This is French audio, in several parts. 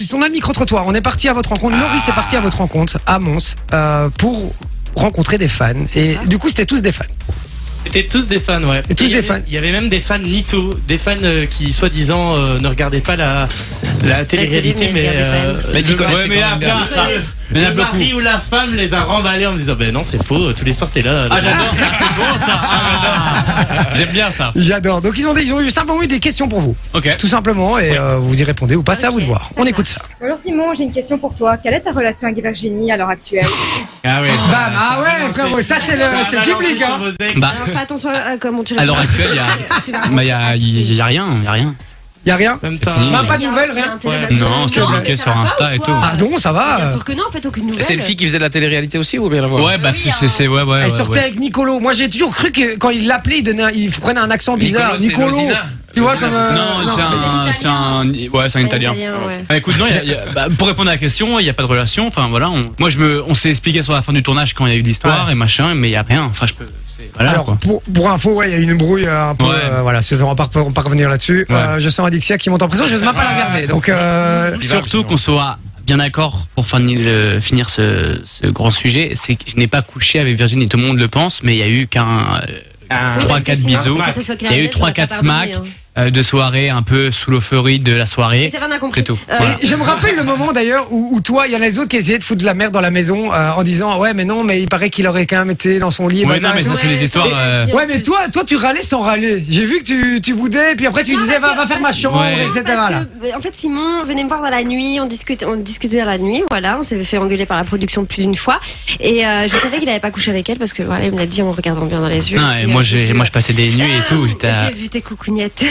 astuce. On a le micro-trottoir. On est parti à votre rencontre. Loris est parti à votre rencontre à Mons pour rencontrer des fans. Et du coup, c'était tous des fans. C'était tous des fans, ouais. Et tous des fans. Il y avait même des fans mythos, des fans qui soi-disant ne regardaient pas la télé-réalité, mais qui connaissaient quand même bien. Le mari ou la femme les a remballés en me disant non, c'est faux, tous les soirs t'es là. Ah, j'adore, c'est bon ça. J'adore. J'aime bien ça. J'adore. Donc ils ont simplement eu des questions pour vous. Ok. Tout simplement, et vous y répondez ou pas, c'est à vous de voir. On écoute ça. Bonjour Simon, j'ai une question pour toi. Quelle est ta relation avec Virginie à l'heure actuelle? Ah ouais. Bam, ah ouais, frérot, ça c'est le public, hein. Bah, fais attention à comment tu réponds. À l'heure actuelle, il y a rien. Y a rien? Même temps. Même pas de nouvelles, rien. Non, c'est bloqué sur Insta et tout. Pardon, ça va. Bien sûr que non, en fait, aucune nouvelle. C'est une fille qui faisait de la télé-réalité aussi ou bien la voir? Ouais, bah c'est ouais. Elle sortait avec Nicolo. Moi j'ai toujours cru que quand il l'appelait, il prenait un accent bizarre. Nicolo. Tu vois comme non, c'est un Italien. Ouais. Ah, écoute, non, pour répondre à la question, il y a pas de relation. Enfin voilà, on s'est expliqué sur la fin du tournage quand il y a eu l'histoire et machin, mais il y a rien. Enfin voilà, alors pour info, il y a une embrouille un peu. Voilà, on va pas revenir là-dessus. Je sens Adixia qui monte en pression. Je n'ose même pas la regarder. Donc surtout qu'on soit bien d'accord pour finir ce grand sujet, c'est que je n'ai pas couché avec Virginie. Tout le monde le pense, mais il y a eu qu'un 3-4 bisous. Il y a eu 3-4 smacks de soirée un peu sous l'euphorie de la soirée. C'est tout. Voilà. Je me rappelle le moment d'ailleurs où toi, il y en a les autres qui essayaient de foutre de la merde dans la maison en disant ouais mais non mais il paraît qu'il aurait quand même été dans son lit. Ouais non mais ça c'est des histoires. Ouais mais toi tu râlais sans râler. J'ai vu que tu boudais et puis après tu disais va faire ma chambre etc. Là. En fait Simon venait me voir dans la nuit, on discutait dans la nuit, voilà, on s'est fait engueuler par la production plus d'une fois et je savais qu'il avait pas couché avec elle parce que voilà il me l'a dit en regardant bien dans les yeux. Non, et moi je passais des nuits et tout. J'ai vu tes coucougnettes.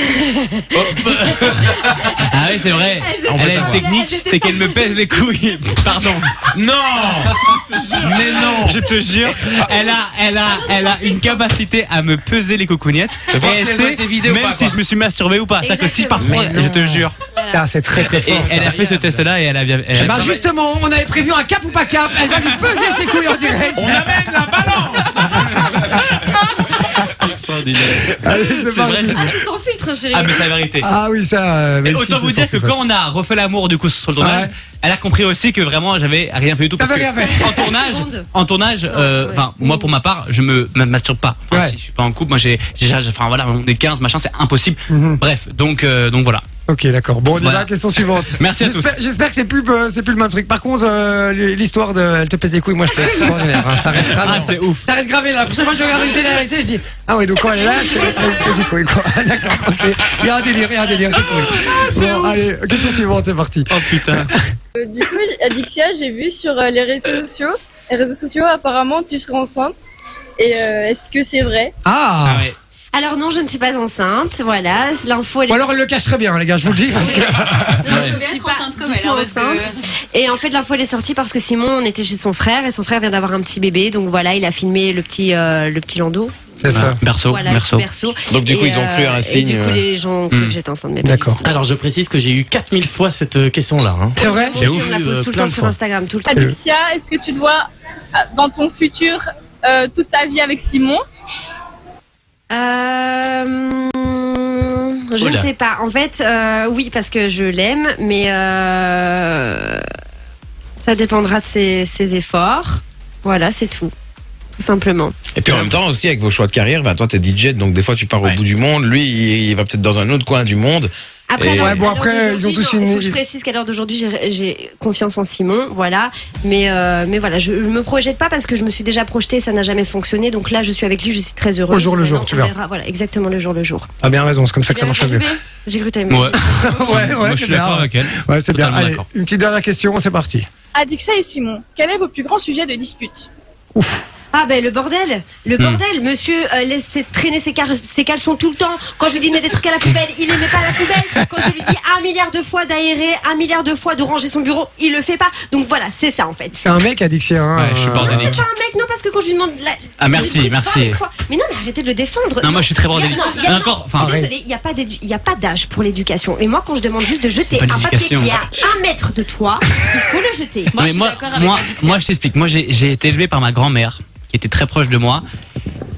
Ah oui c'est vrai. Elle a une technique, c'est qu'elle me pèse les couilles. Pardon. Non. Mais non. Je te jure, elle a une capacité à me peser les coucougnettes. Et elle sait même si je me suis masturbé ou pas. C'est-à-dire que si je pars prendre, je te jure. Ah, c'est très très fort. Elle a fait ce test-là et elle a bien. Justement, on avait prévu un cap ou pas cap. Elle va lui peser ses couilles en direct. On amène la balance. Allez, c'est parti. C'est sans filtre, chérie. Ah mais c'est la vérité. Ah oui ça. Mais autant vous dire que quand on a refait l'amour du coup sur le tournage, elle a compris aussi que vraiment j'avais rien fait du tout parce que en tournage, enfin moi pour ma part, je me masturbe pas. Enfin, si je suis pas en couple, moi enfin voilà, on est 15 machin, c'est impossible. Bref, donc voilà. Ok d'accord. Bon on y va, question suivante. Merci à tous. J'espère que c'est plus le même truc. Par contre l'histoire de elle te pèse les couilles, moi je fais extraordinaire. Ça reste gravé. C'est ouf. Ça reste gravé là. La prochaine fois que je regarde une télé-réalité, je dis ah oui donc quand elle est là, c'est elle pèse les couilles quoi. D'accord. Ok. Il y a un délire, c'est cool. Bon allez, question suivante, c'est parti. Oh putain. Du coup, Adixia, j'ai vu sur les réseaux sociaux, apparemment tu serais enceinte. Et est-ce que c'est vrai? Ah ouais. Alors non, je ne suis pas enceinte, voilà, l'info elle est... Ou alors elle le cache très bien les gars, je vous le dis parce que... Je suis pas du tout enceinte. Et en fait l'info elle est sortie parce que Simon on était chez son frère et son frère vient d'avoir un petit bébé, donc voilà il a filmé le petit landau. C'est ça. Berceau. Donc du coup ils ont cru à un signe. Et du coup les gens ont cru que j'étais enceinte. D'accord. Alors je précise que j'ai eu 4000 fois cette question-là. C'est vrai? J'ai ouf. On la pose tout le temps sur Instagram, tout le temps. Adixia, est-ce que tu dois, dans ton futur, toute ta vie avec Simon? Je ne sais pas. En fait, oui, parce que je l'aime, mais ça dépendra de ses efforts. Voilà, c'est tout. Tout simplement. Et puis en même temps aussi avec vos choix de carrière, toi t'es DJ donc des fois tu pars au bout du monde, lui il va peut-être dans un autre coin du monde. Après, après ils ont tous une. Faut que je précise qu'à l'heure d'aujourd'hui, j'ai confiance en Simon, voilà. Mais voilà, je me projette pas parce que je me suis déjà projetée, ça n'a jamais fonctionné. Donc là, je suis avec lui, je suis très heureuse. Au jour le jour, tu verras. Voilà, exactement le jour le jour. Ah bien raison, c'est comme ça que ça marche mieux. J'ai cru t'aimer. Ouais, ouais, je suis d'accord avec elle. Ouais, c'est bien. Totalement Allez, d'accord. une petite dernière question, c'est parti. Adixia et Simon, quel est vos plus grands sujets de dispute? Ah ben le bordel, monsieur laisse traîner ses caleçons tout le temps. Quand je lui dis de mettre des trucs à la poubelle, il les met pas à la poubelle. Quand je lui dis 1 milliard de fois d'aérer, 1 milliard de fois de ranger son bureau, il le fait pas. Donc voilà, c'est ça en fait. C'est un mec Adixia. Ouais, je suis bordélique. C'est pas un mec, non, parce que quand je lui demande Ah merci. Mais non, mais arrêtez de le défendre. Non, moi je suis très bordélique. Encore, je suis désolée, il y a pas d'âge pour l'éducation. Et moi quand je demande juste de jeter un papier qui est à 1 mètre de toi, il faut le jeter. Moi je t'explique. Moi j'ai été élevé par ma grand-mère qui était très proche de moi,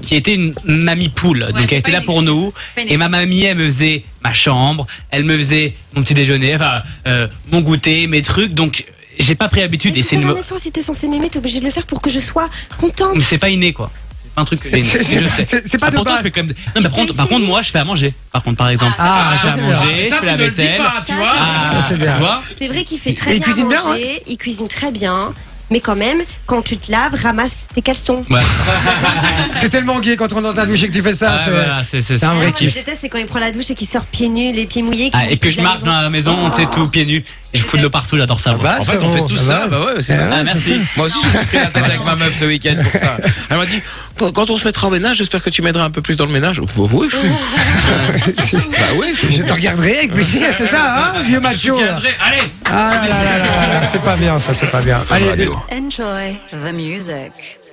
qui était une mamie poule. Donc elle c'est était pas là une pour excuse. nous. Pas une Et ma mamie, elle me faisait ma chambre, elle me faisait mon petit déjeuner, mon goûter, mes trucs. Donc j'ai pas pris habitude. Mais Et c'est faire une... un effort si t'es censé m'aimer, t'es obligé de le faire pour que je sois contente. Mais c'est pas inné quoi. C'est pas un truc que j'ai inné. C'est pas de Pourtant, base. je fais quand même... Non, mais par contre, moi, je fais à manger. Par contre, par exemple. Ah, je fais ça, à c'est bien. manger, je Ça, fais la tu ne le dis vaisselle. pas, tu vois. Ça, c'est bien. Tu vois. C'est vrai qu'il fait très Et il bien cuisine bien, manger, il cuisine très bien. Mais quand même, quand tu te laves, ramasse tes caleçons. Ouais. C'est tellement gay quand on est dans ta douche et que tu fais ça. Ouais, voilà, c'est c'est un Ah, vrai moi, je kiff. déteste, c'est quand il prend la douche et qu'il sort pieds nus, les pieds mouillés. Ah, et que je marche dans la maison, on sait tout, pieds nus. Et je fous de l'eau partout, j'adore ça. moi. Bah, En fait, on fait tout ça. Bah ouais, c'est ça. Ah, merci. Moi aussi, j'ai pris la tête avec ma meuf ce week-end pour ça. Elle m'a dit, quand on se mettra au ménage, j'espère que tu m'aideras un peu plus dans le ménage. Oh, oui, je suis. Bah oui, je suis. Je te regarderai avec plaisir, c'est ça, hein, vieux macho. Allez. Ah là là là là là, c'est pas bien ça, c'est pas bien. Allez, Enjoy the music.